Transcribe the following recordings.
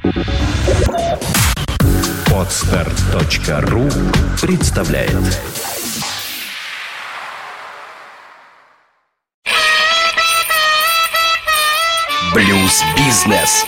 Podster.ru представляет Блюз-бизнес.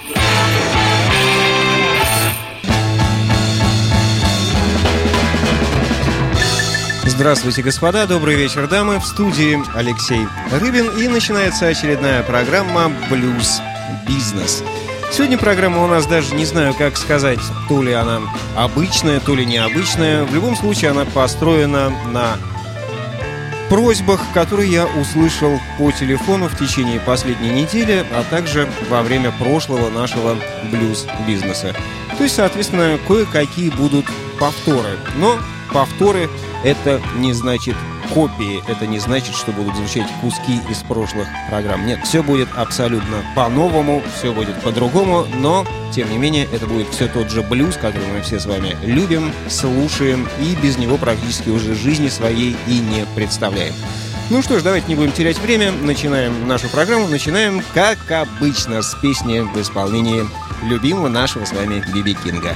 Здравствуйте, господа, добрый вечер, дамы. В студии Алексей Рыбин, и начинается очередная программа «Блюз-бизнес». Сегодня программа у нас даже не знаю, как сказать, то ли она обычная, то ли необычная. В любом случае она построена на просьбах, которые я услышал по телефону в течение последней недели, а также во время прошлого нашего блюз-бизнеса. То есть, соответственно, кое-какие будут повторы. Но повторы — это не значит копии, это не значит, что будут звучать куски из прошлых программ. Нет, все будет абсолютно по-новому, все будет по-другому, но, тем не менее, это будет все тот же блюз, который мы все с вами любим, слушаем и без него практически уже жизни своей и не представляем. Ну что ж, давайте не будем терять время, начинаем нашу программу, начинаем, как обычно, с песни в исполнении любимого нашего с вами Би-Би Кинга.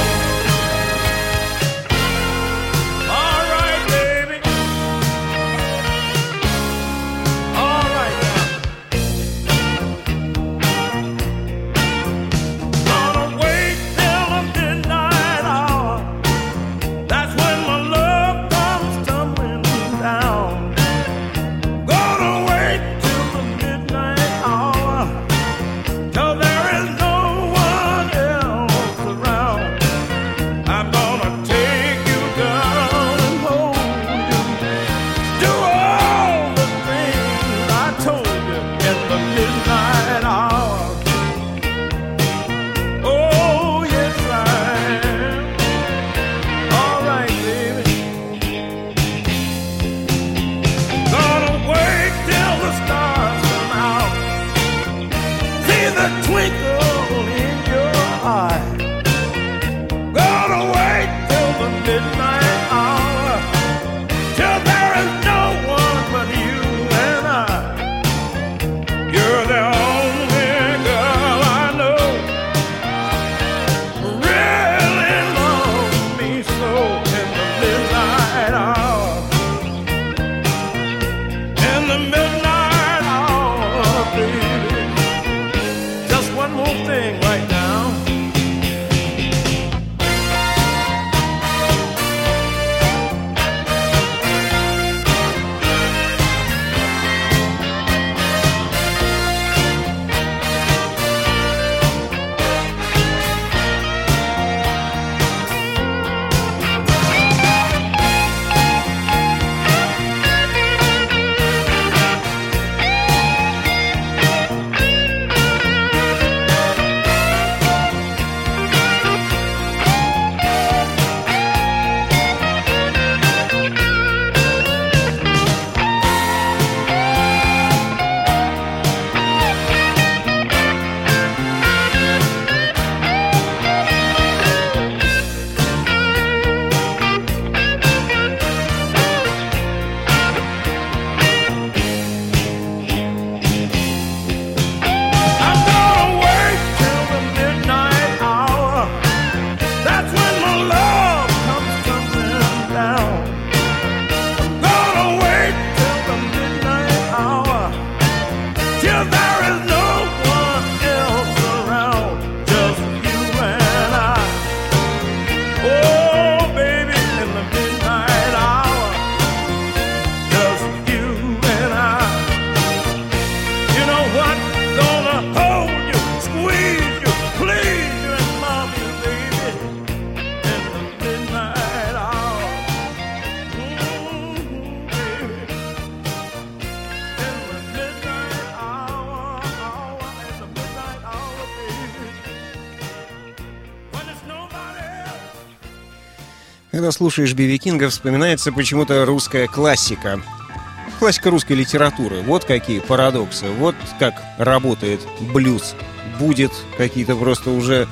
Когда слушаешь Би-Би Кинга, вспоминается почему-то русская классика. Классика русской литературы. Вот какие парадоксы. Вот как работает блюз. Будет какие-то просто уже,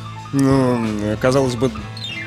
казалось бы,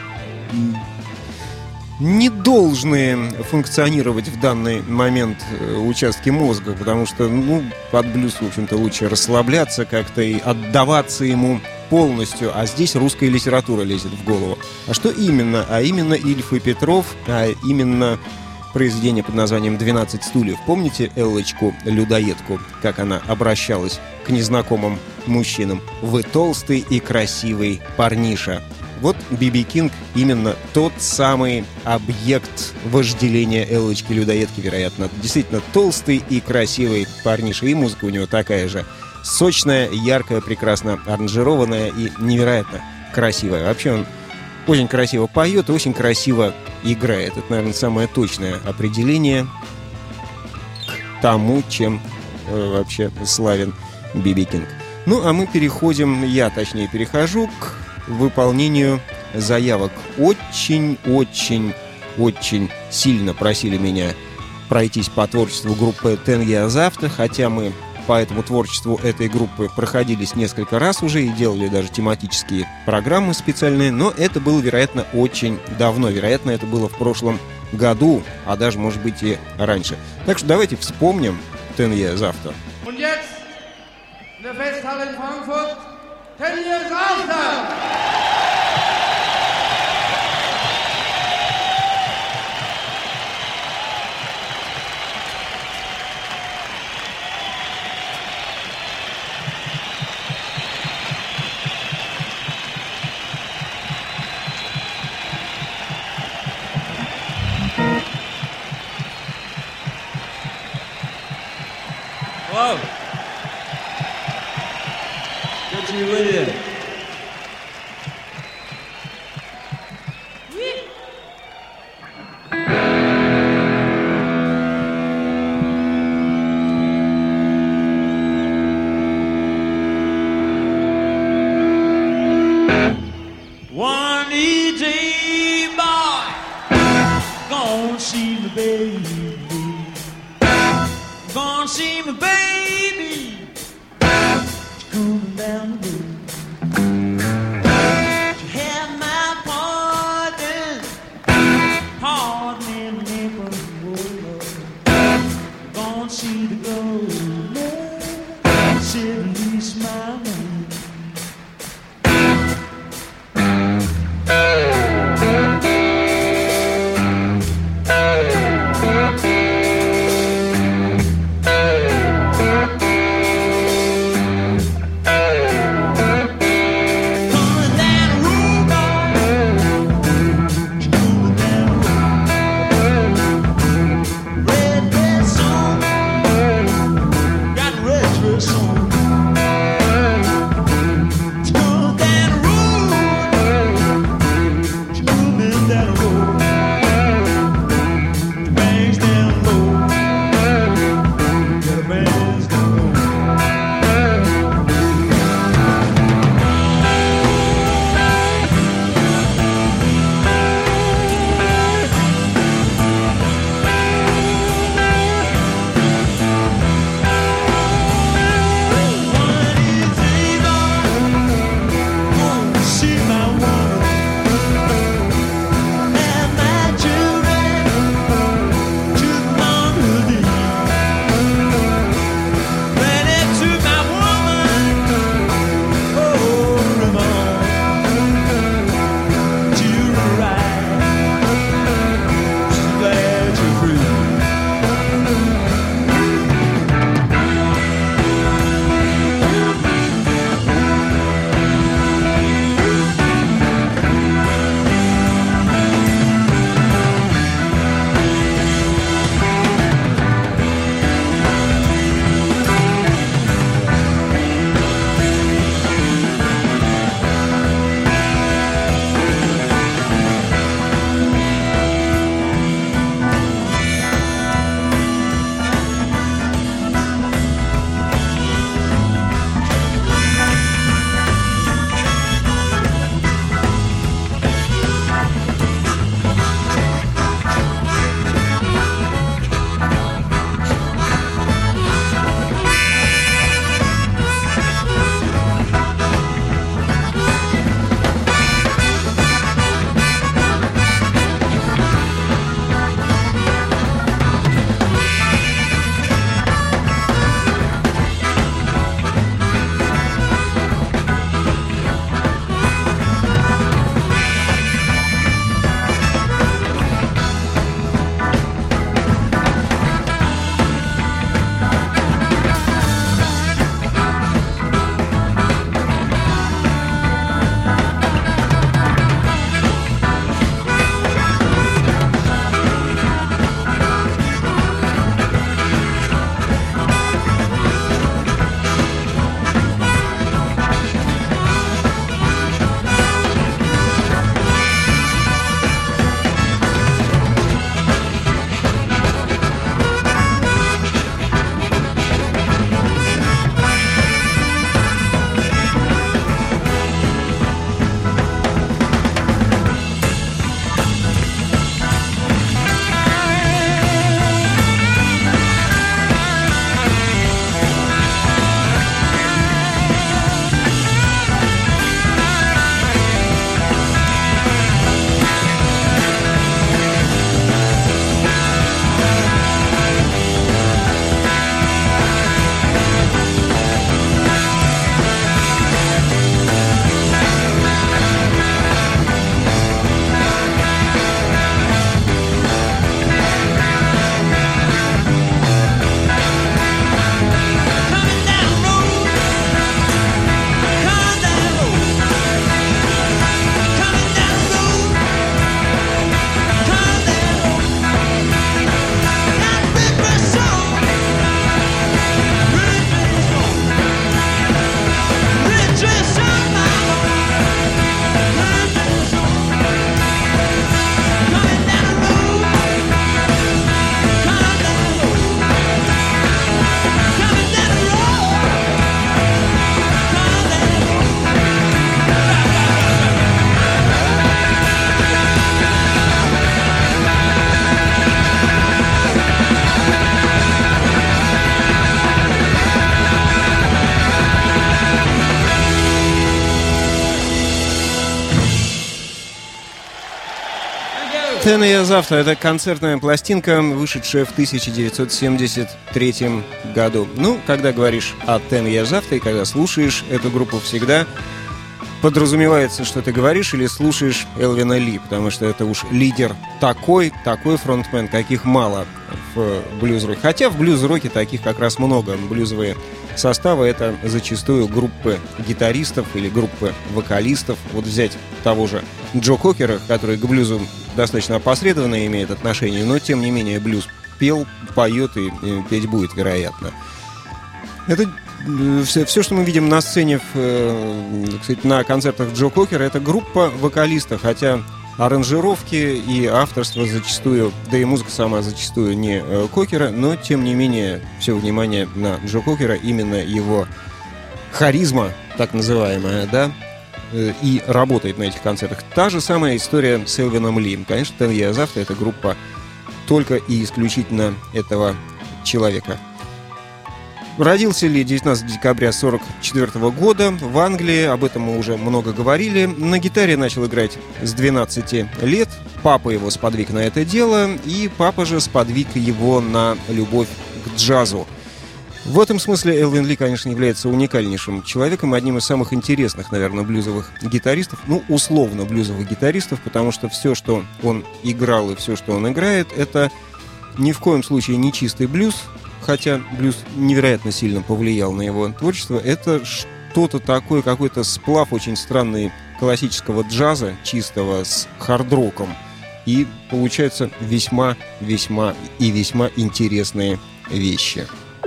не должны функционировать в данный момент участки мозга, потому что, под блюз, в общем-то, лучше расслабляться как-то и отдаваться ему полностью, а здесь русская литература лезет в голову. А что именно? А именно Ильф и Петров, а именно произведение под названием «12 стульев». Помните Эллочку-людоедку, как она обращалась к незнакомым мужчинам? «Вы толстый и красивый парниша». Вот Би-Би Кинг именно тот самый объект вожделения Эллочки-людоедки, вероятно. Действительно толстый и красивый парниша. И музыка у него такая же. Сочная, яркая, прекрасно аранжированная и невероятно красивая. Вообще он очень красиво поет и очень красиво играет. Это, наверное, самое точное определение к тому, чем вообще славен Би-Би Кинг. Ну, а мы перехожу к выполнению заявок. Очень сильно просили меня пройтись по творчеству группы Ten Years After, хотя мы по этому творчеству этой группы проходились несколько раз уже и делали даже тематические программы специальные, но это было, вероятно, очень давно. Вероятно, это было в прошлом году, а даже, может быть, и раньше. Так что давайте вспомним Ten Years After. Und jetzt in der Festhalle in Frankfurt, 10 Years After! Hello. Good to be with you. One EJ boy, gonna see the baby. Gonna see my baby. She's coming down the road. She had my pardon, pardon in the neighborhood. Gonna see the gold, silly smiling. 10 Years After — это концертная пластинка, вышедшая в 1973 году. Ну, когда говоришь о 10 Years After и когда слушаешь эту группу, всегда подразумевается, что ты говоришь или слушаешь Элвина Ли, потому что это уж лидер такой фронтмен, каких мало в блюз-роке. Хотя в блюз-роке таких как раз много. Блюзовые составы — это зачастую группы гитаристов или группы вокалистов. Вот взять того же Джо Кокера, который к блюзу достаточно опосредованно имеет отношение, но тем не менее блюз пел, поет и петь будет, вероятно. Это все, что мы видим на сцене, кстати, на концертах Джо Кокера, это группа вокалистов, хотя аранжировки и авторство зачастую, да и музыка сама зачастую не Кокера, но тем не менее все внимание на Джо Кокера, именно его харизма, так называемая, да, и работает на этих концертах. Та же самая история с Элвином Ли. Конечно, 10 Years After — это группа только и исключительно этого человека. Родился Ли 19 декабря 1944 года в Англии, об этом мы уже много говорили. На гитаре начал играть с 12 лет. Папа его сподвиг на это дело, и папа же сподвиг его на любовь к джазу. В этом смысле Элвин Ли, конечно, является уникальнейшим человеком, одним из самых интересных, наверное, блюзовых гитаристов, ну, условно блюзовых гитаристов, потому что все, что он играл и все, что он играет, это ни в коем случае не чистый блюз, хотя блюз невероятно сильно повлиял на его творчество. Это что-то такое, какой-то сплав очень странный классического джаза, чистого, с хард-роком. И получаются весьма интересные вещи.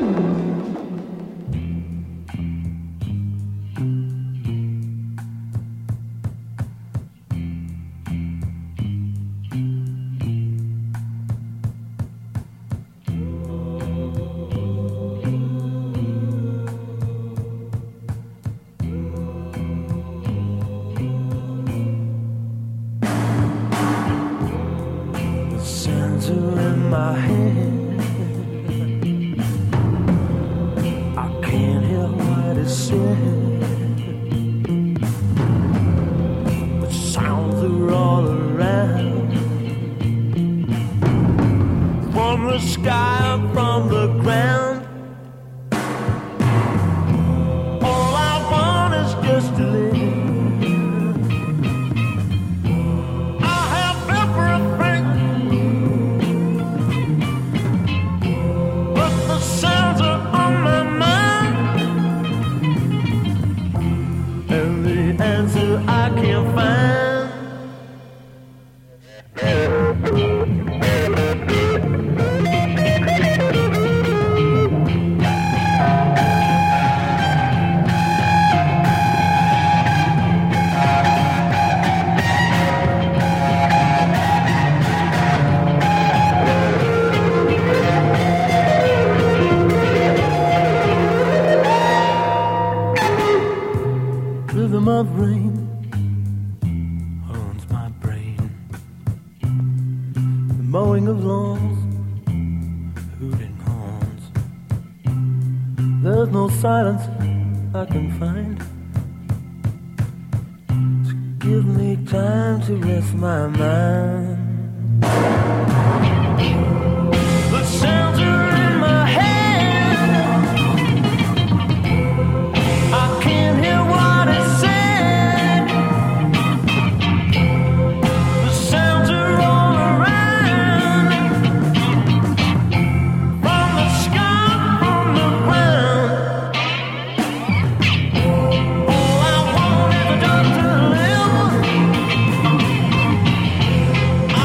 Silence I can find to give me time to rest my mind. The sounds are in my head. I can't hear what is said. The sounds are all around, from the sky, from the ground. I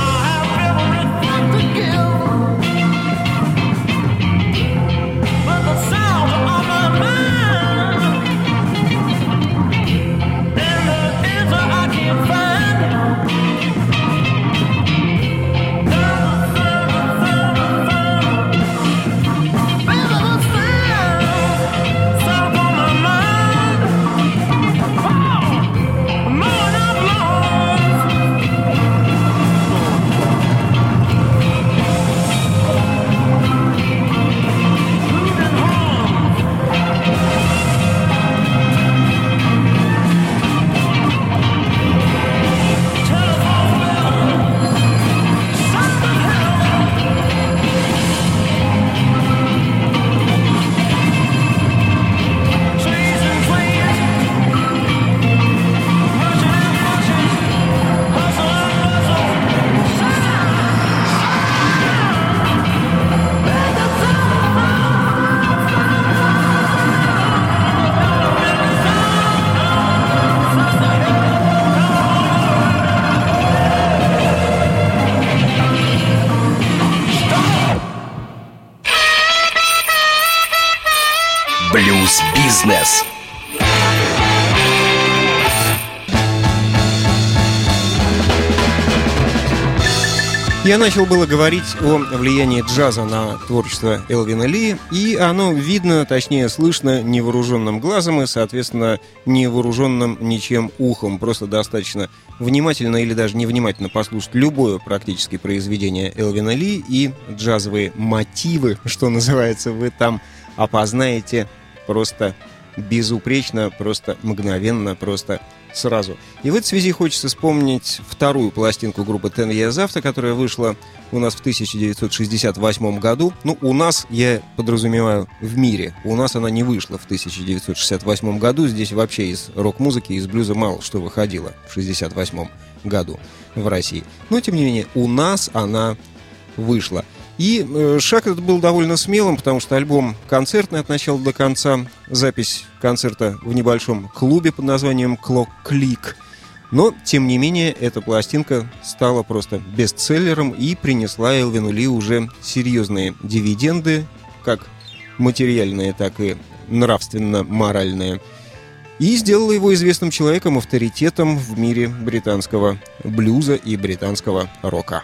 Я начал было говорить о влиянии джаза на творчество Элвина Ли, и оно видно, точнее слышно невооруженным глазом и, соответственно, невооруженным ничем ухом. Просто достаточно внимательно или даже невнимательно послушать любое практически произведение Элвина Ли, и джазовые мотивы, что называется, вы там опознаете просто безупречно, просто мгновенно, просто сразу. И в этой связи хочется вспомнить вторую пластинку группы Ten Years After, которая вышла у нас в 1968 году. Ну, у нас, я подразумеваю, в мире. У нас она не вышла в 1968 году. Здесь вообще из рок-музыки, из блюза мало что выходило в 1968 году в России. Но, тем не менее, у нас она вышла. И шаг этот был довольно смелым, потому что альбом концертный от начала до конца, запись концерта в небольшом клубе под названием Clock Click. Но, тем не менее, эта пластинка стала просто бестселлером и принесла Элвину Ли уже серьезные дивиденды, как материальные, так и нравственно-моральные. И сделала его известным человеком, авторитетом в мире британского блюза и британского рока.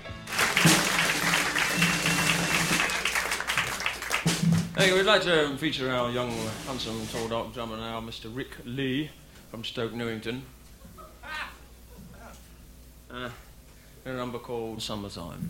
Hey, we'd like to feature our young, handsome, tall, dark drummer now, Mr. Rick Lee from Stoke Newington. A number called Summertime.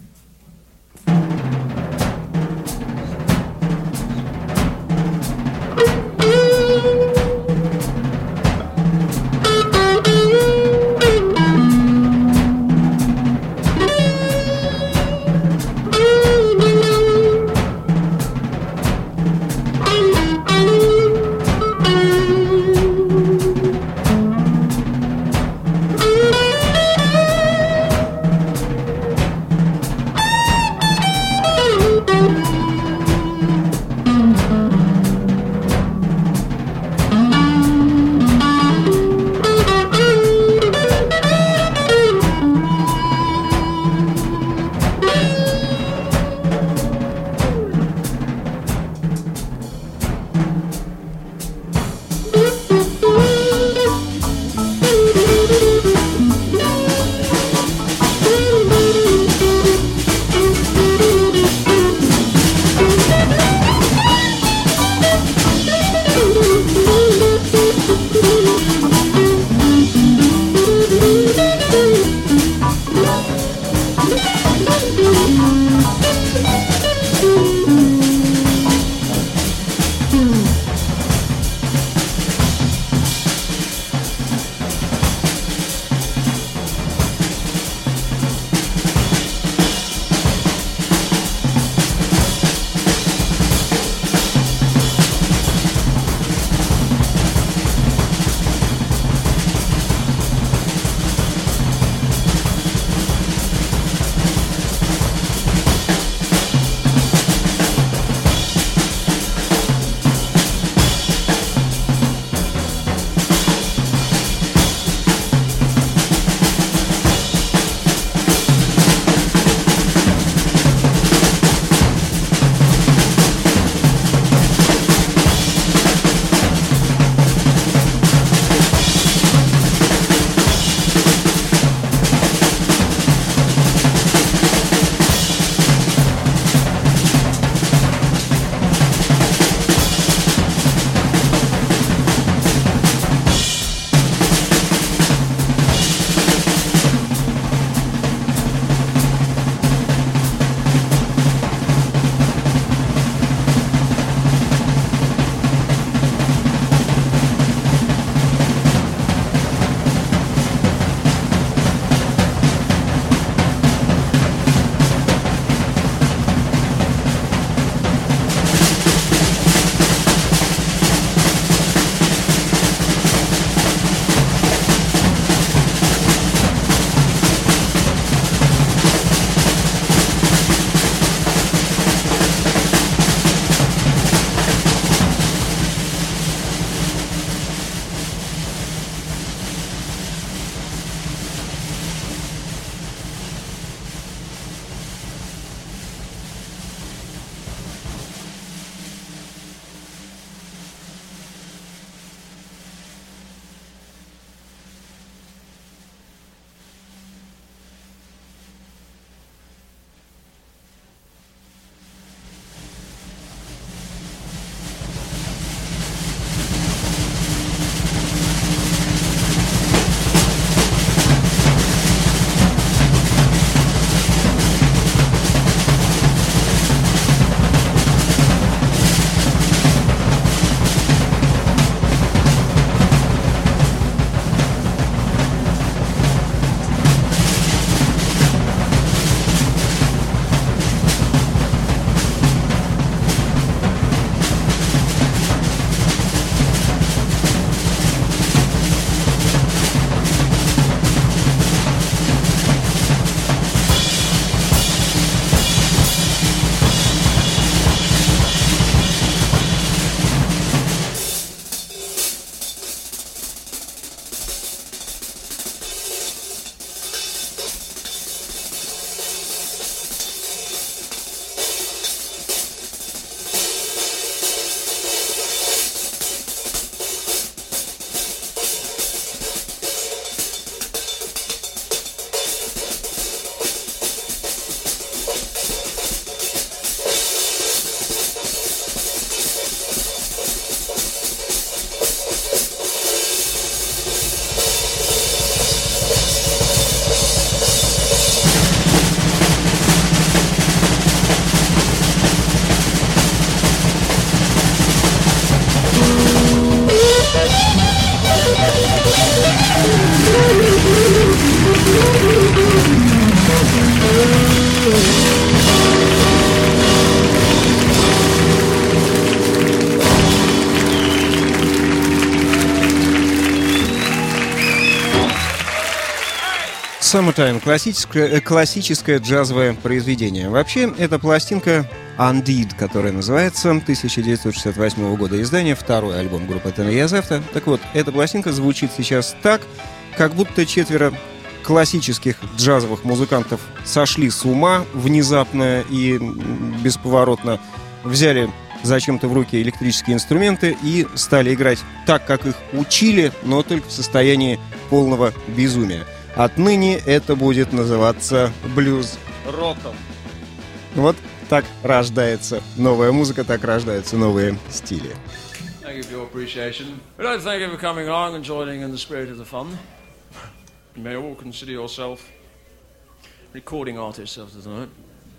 Summertime. Классическое джазовое произведение. Вообще, эта пластинка Undid, которая называется, 1968 года издания, второй альбом группы Тенья Зефта. Так вот, эта пластинка звучит сейчас так, как будто 4 классических джазовых музыкантов сошли с ума внезапно и бесповоротно, взяли зачем-то в руки электрические инструменты и стали играть так, как их учили, но только в состоянии полного безумия. Отныне это будет называться блюз-роком. Вот так рождается новая музыка, так рождаются новые стили. Thank you for your appreciation. We'd like to thank you for coming along and joining in the spirit of the fun. You may all consider yourself recording artists of the night.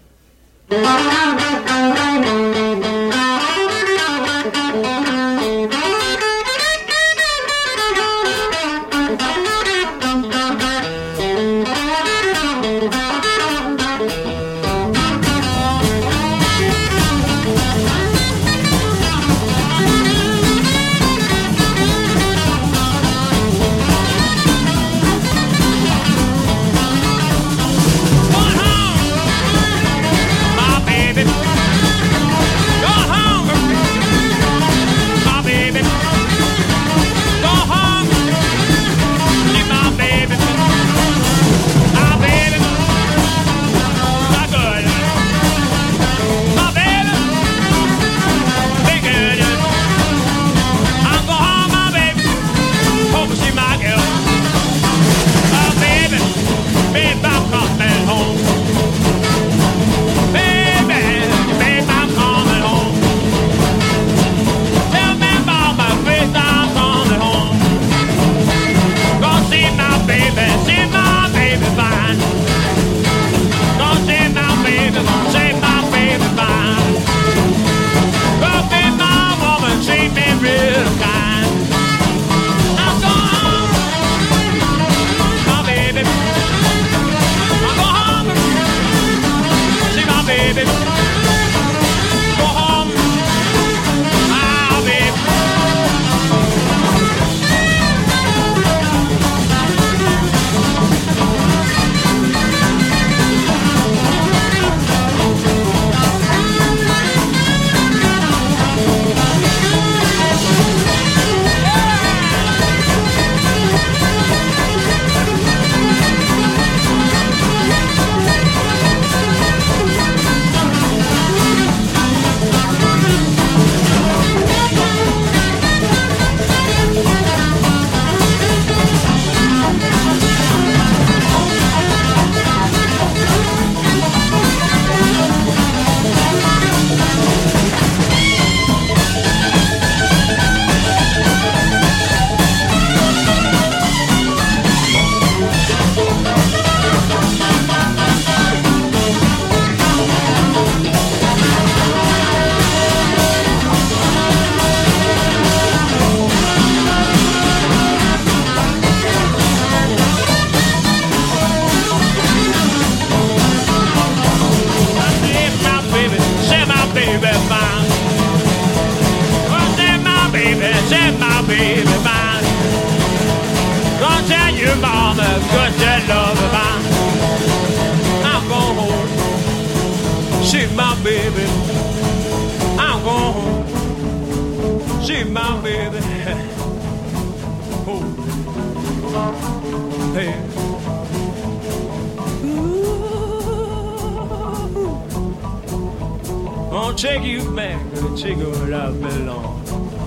Take you back to take where I belong.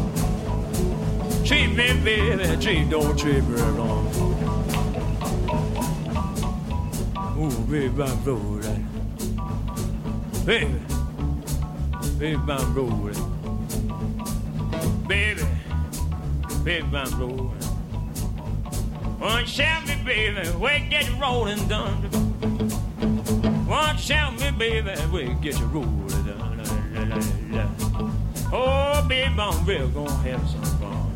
Treat me, baby, don't treat me wrong. Ooh, baby, I'm rolling. Baby, I'm rolling. Baby, I'm rolling. Won't you tell me, baby, where get your rolling done? Won't you tell me, baby, where get your rolling done? Oh, baby, I'm real gonna have some fun.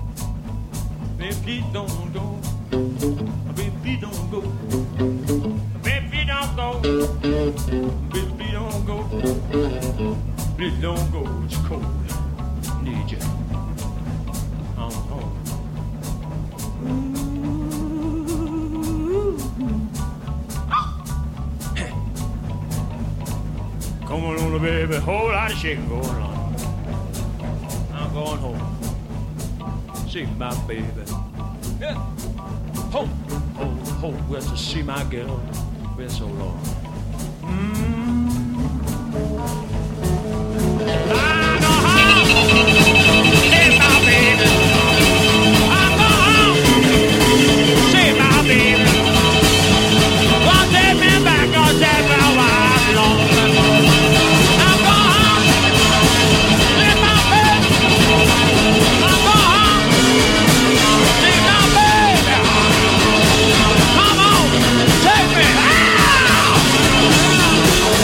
Baby, don't go. Baby, don't go. Baby, don't go. Baby, don't go. Baby, don't go. It's cold. Need you. I'm home. baby, baby, whole lot of shaking going on. I'm going home. See my baby. Yeah. Home, home, home. Where to see my girl. Been so long. I go home. See my baby. I go home. See my baby. Gonna take me back, gonna take me where I belong. I go home. See my baby. I go home. See my baby. Come on, take me out.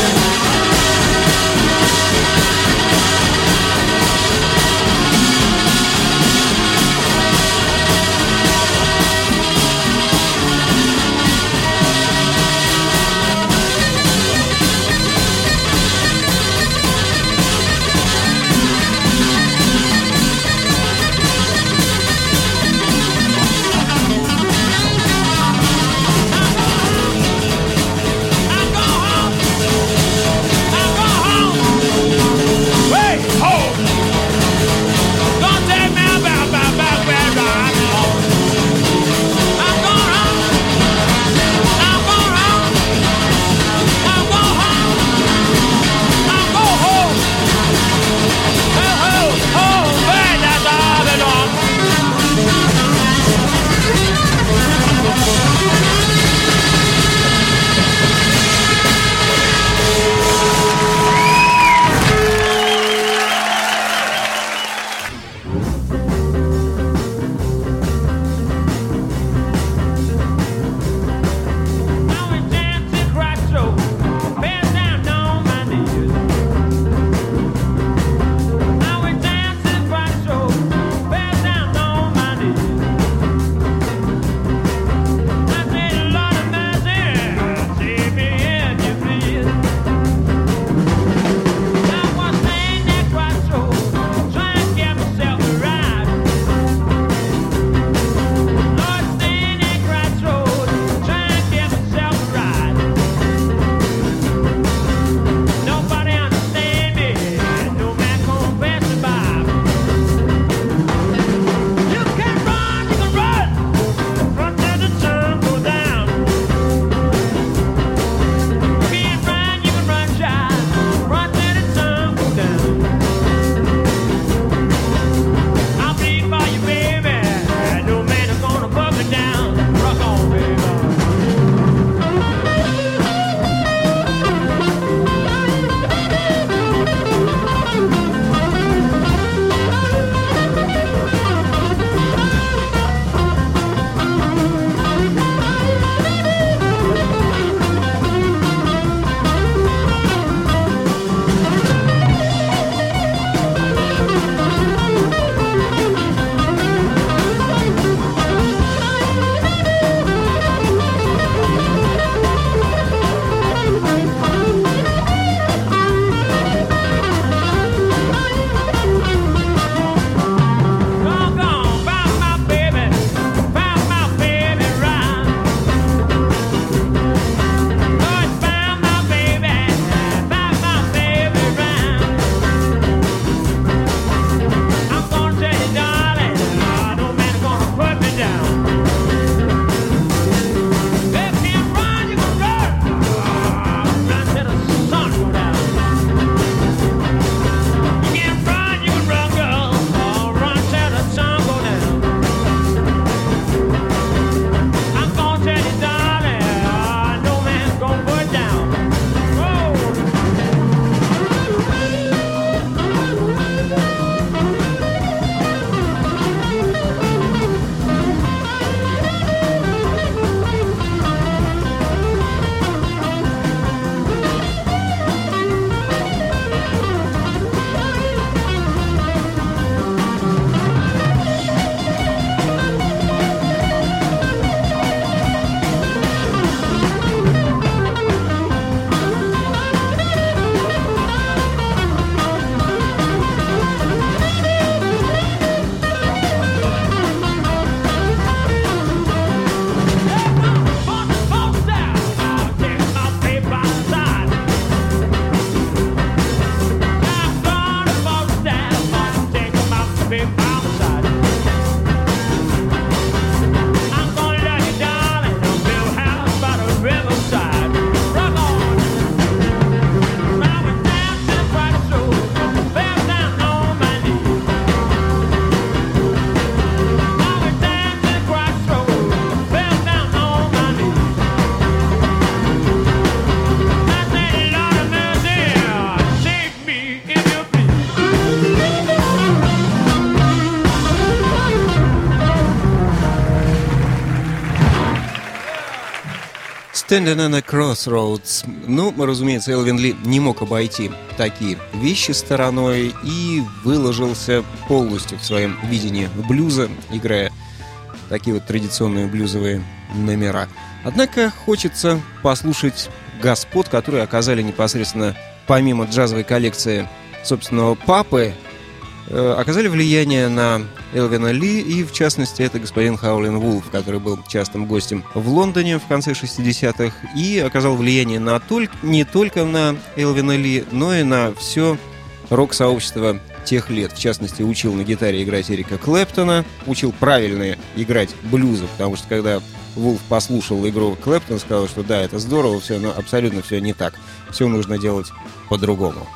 Standing on a Crossroads. Ну, разумеется, Элвин Ли не мог обойти такие вещи стороной и выложился полностью в своем видении блюза, играя такие вот традиционные блюзовые номера. Однако хочется послушать господ, которые оказали непосредственно, помимо джазовой коллекции собственного папы, оказали влияние на Элвина Ли, и в частности это господин Хаулин Вулф, который был частым гостем в Лондоне в конце 60-х и оказал влияние не только на Элвина Ли, но и на все рок-сообщество тех лет. В частности, учил на гитаре играть Эрика Клэптона, учил правильно играть блюзы, потому что когда Вулф послушал игру Клэптона, сказал, что да, это здорово, все, но абсолютно все не так. Все нужно делать по-другому.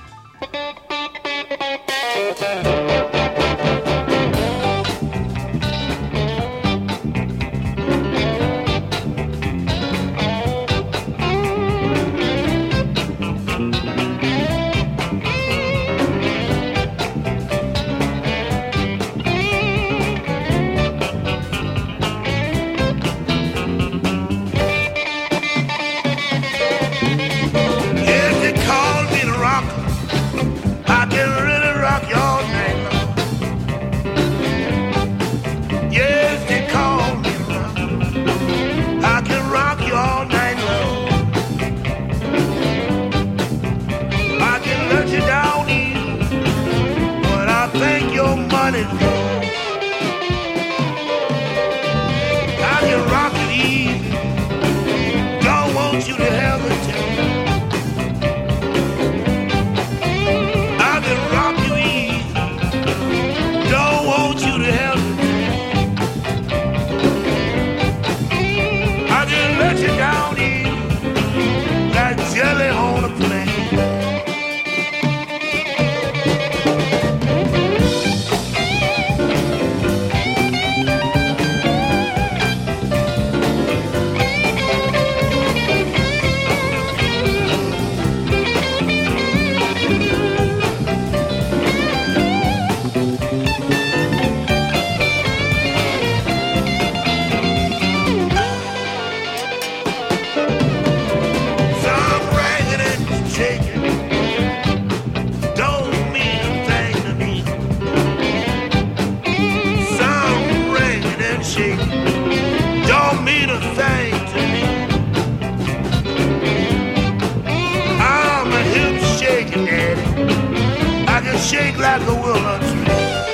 Shake like a willow tree.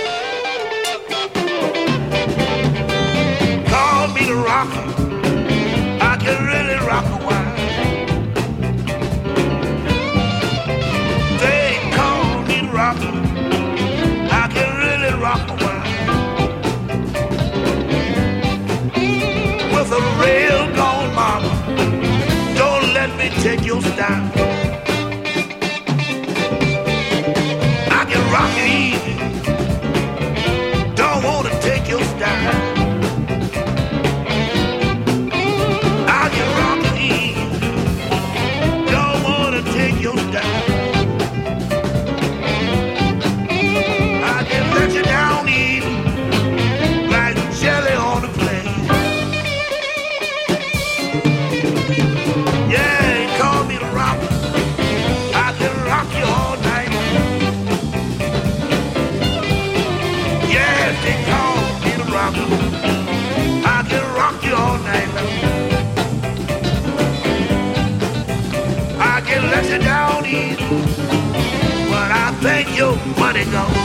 Call me the rocker, I can really rock a while. They call me the rocker, I can really rock a while. With a real gold mama, don't let me take your style. Rock it easy, don't wanna take your style. I can rock it easy, don't wanna take your style. I can let you down easy, like jelly on the plate. Yeah, call me the rocker, I can rock you all night. They call me the rocker, I can rock you all night long. I can let you down easy, but I think your money gone.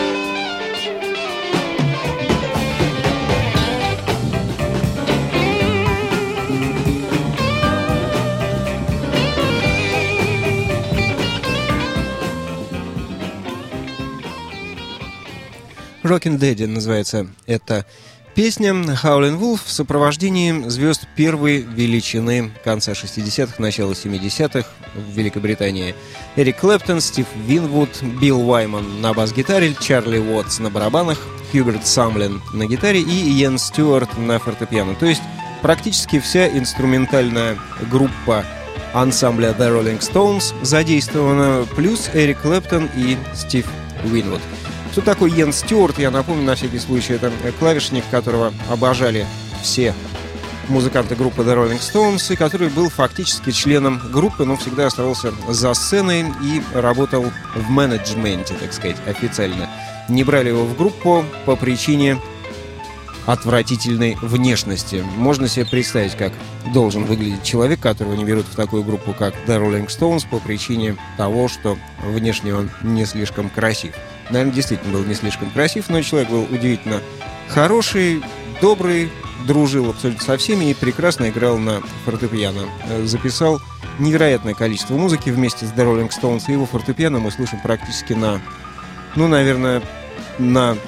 «Rockin' Daddy» называется эта песня. Howlin' Wolf в сопровождении звезд первой величины конца 60-х, начала 70-х в Великобритании. Эрик Клэптон, Стив Винвуд, Билл Уайман на бас-гитаре, Чарли Уотс на барабанах, Хьюберт Самлин на гитаре и Иэн Стюарт на фортепиано. То есть практически вся инструментальная группа ансамбля The Rolling Stones задействована, плюс Эрик Клэптон и Стив Винвуд. Кто такой Иэн Стюарт? Я напомню, на всякий случай, это клавишник, которого обожали все музыканта группы The Rolling Stones, и который был фактически членом группы, но всегда оставался за сценой и работал в менеджменте, так сказать, официально. Не брали его в группу по причине отвратительной внешности. Можно себе представить, как должен выглядеть человек, которого не берут в такую группу, как The Rolling Stones, по причине того, что внешне он не слишком красив. Наверное, действительно был не слишком красив, но человек был удивительно хороший, добрый, дружил абсолютно со всеми и прекрасно играл на фортепиано. Записал невероятное количество музыки вместе с The Rolling Stones, и его фортепиано мы слышим практически на, наверное, на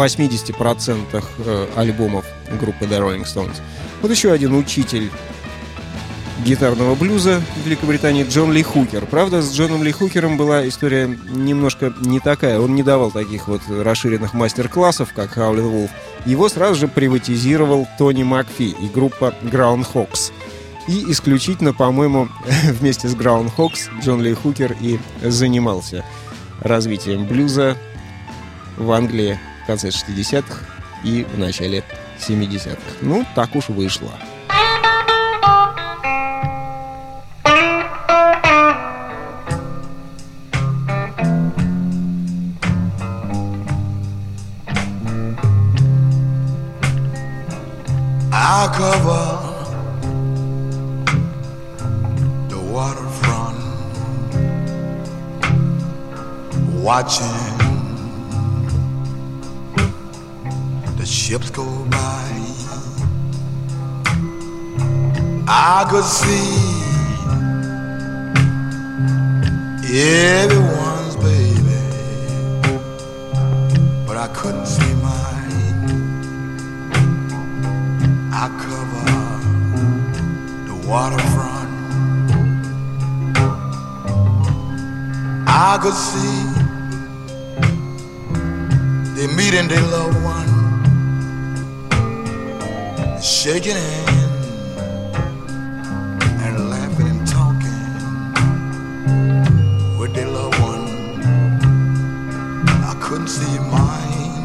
80% альбомов группы The Rolling Stones. Вот еще один учитель гитарного блюза в Великобритании — Джон Ли Хукер. Правда, с Джоном Ли Хукером была история немножко не такая. Он не давал таких вот расширенных мастер-классов, как Howlin' Wolf. Его сразу же приватизировал Тони Макфи и группа Groundhogs. И исключительно, по-моему, вместе с Groundhogs Джон Ли Хукер и занимался развитием блюза в Англии в конце 60-х и в начале 70-х. Ну, так уж вышло. I cover the waterfront, watching the ships go by. I could see everyone's baby, but I couldn't see mine. I cover the waterfront. I could see they meeting their loved one, shaking hands and laughing and talking with their loved one. I couldn't see mine.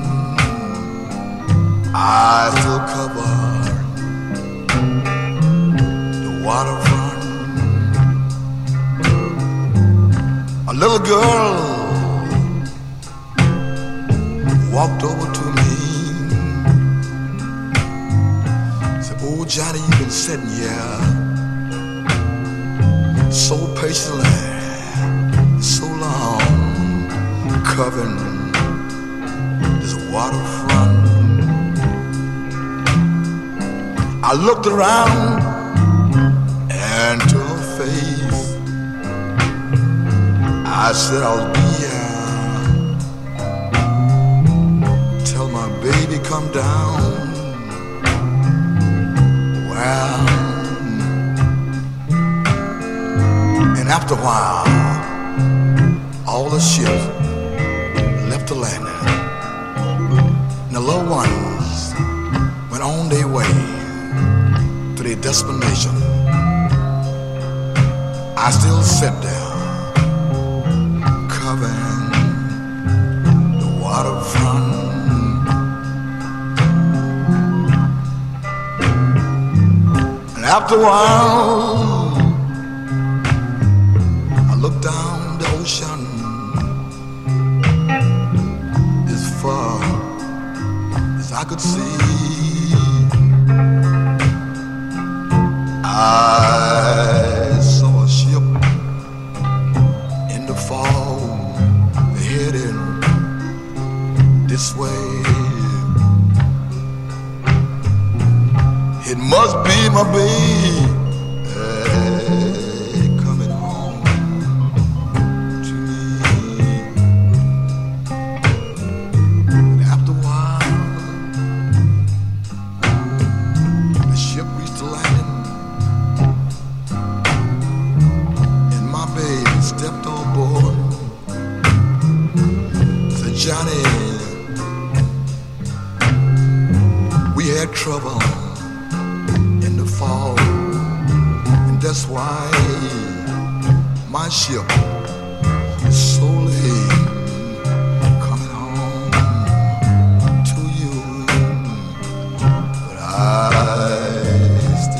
I still cover waterfront. A little girl walked over to me, said, "Oh, Johnny, you've been sitting here so patiently, so long, covering this waterfront." I looked around and to her face, I said, "I'll be here till my baby come down." Well, and after a while, all the ships left the landing, and the little ones went on their way to their destination. I still sit there, covering the waterfront. And after a while, I looked down the ocean as far as I could see. I saw a ship in the fall heading this way. It must be my baby coming home to me. And after a while, the ship reached the landing, and my baby stepped on board. Said, "Johnny, we had trouble in the fall, and that's why my ship is so late coming home to you. But I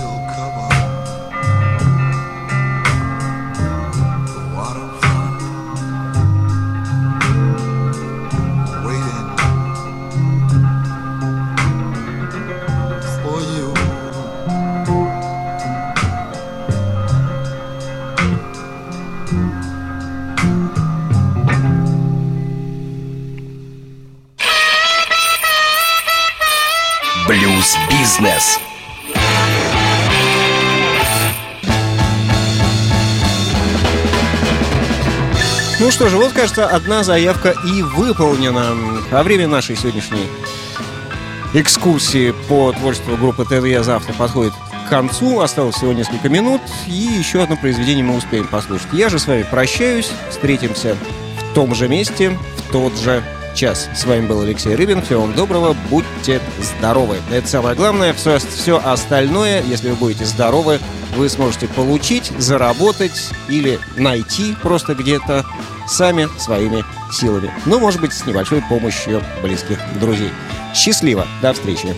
Ну что же, вот, кажется, одна заявка и выполнена. А время нашей сегодняшней экскурсии по творчеству группы ТД завтра подходит к концу. Осталось всего несколько минут, и еще одно произведение мы успеем послушать. Я же с вами прощаюсь. Встретимся в том же месте, в тот же час. С вами был Алексей Рыбин. Всего вам доброго. Будьте здоровы. Это самое главное. Все остальное, если вы будете здоровы, вы сможете получить, заработать или найти просто где-то сами своими силами. Ну, может быть, с небольшой помощью близких друзей. Счастливо. До встречи.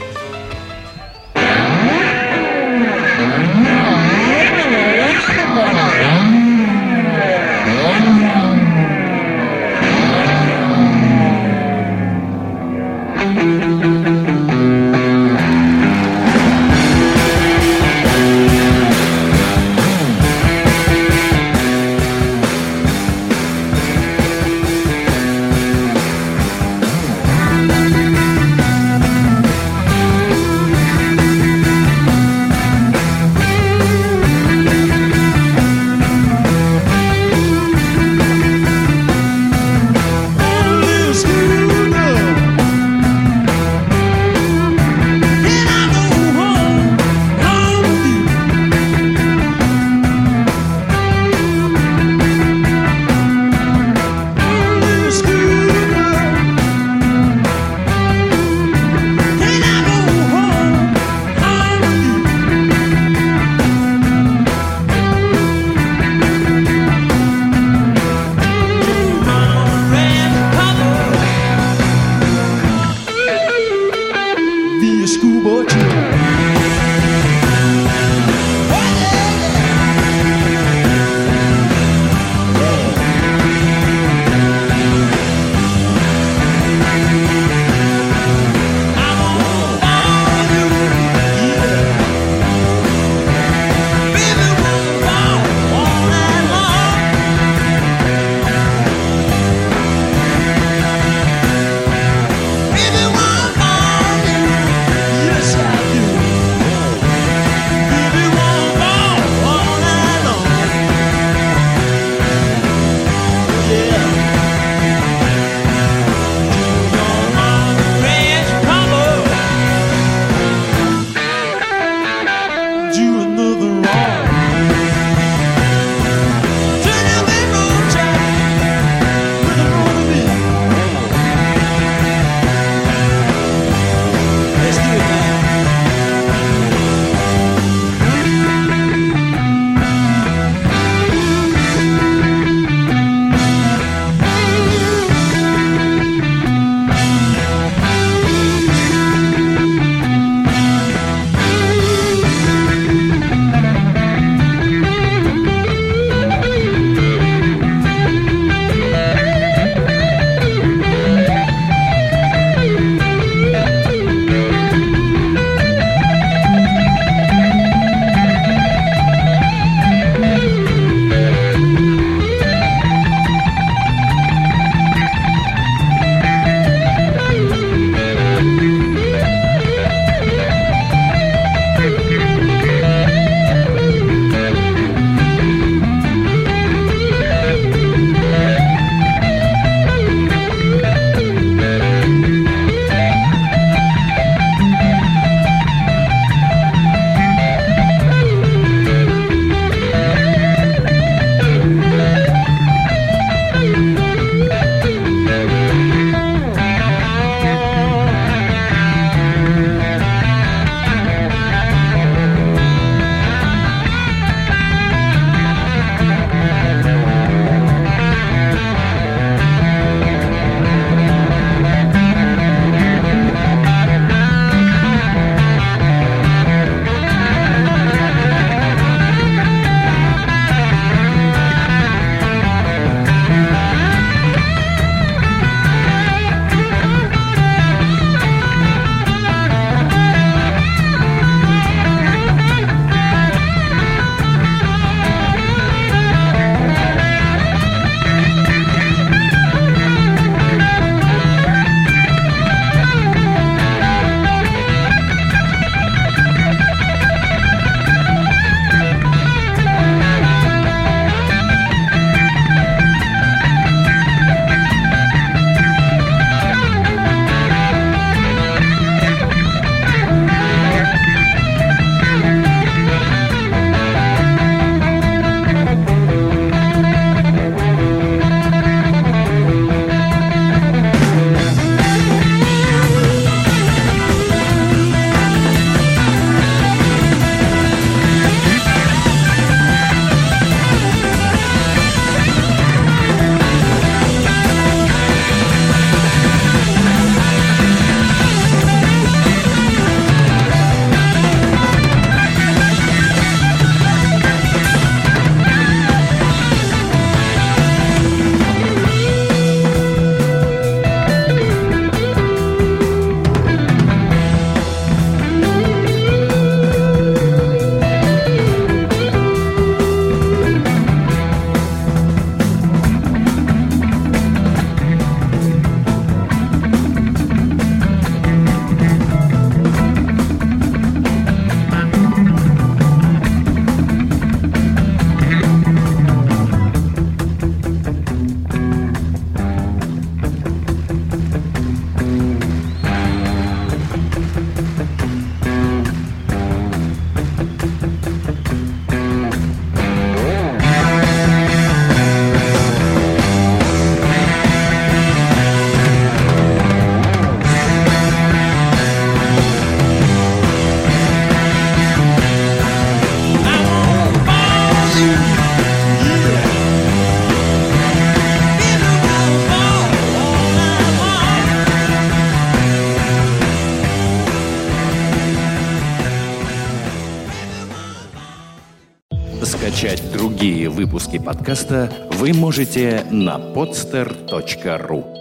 Скачать другие выпуски подкаста вы можете на podster.ru.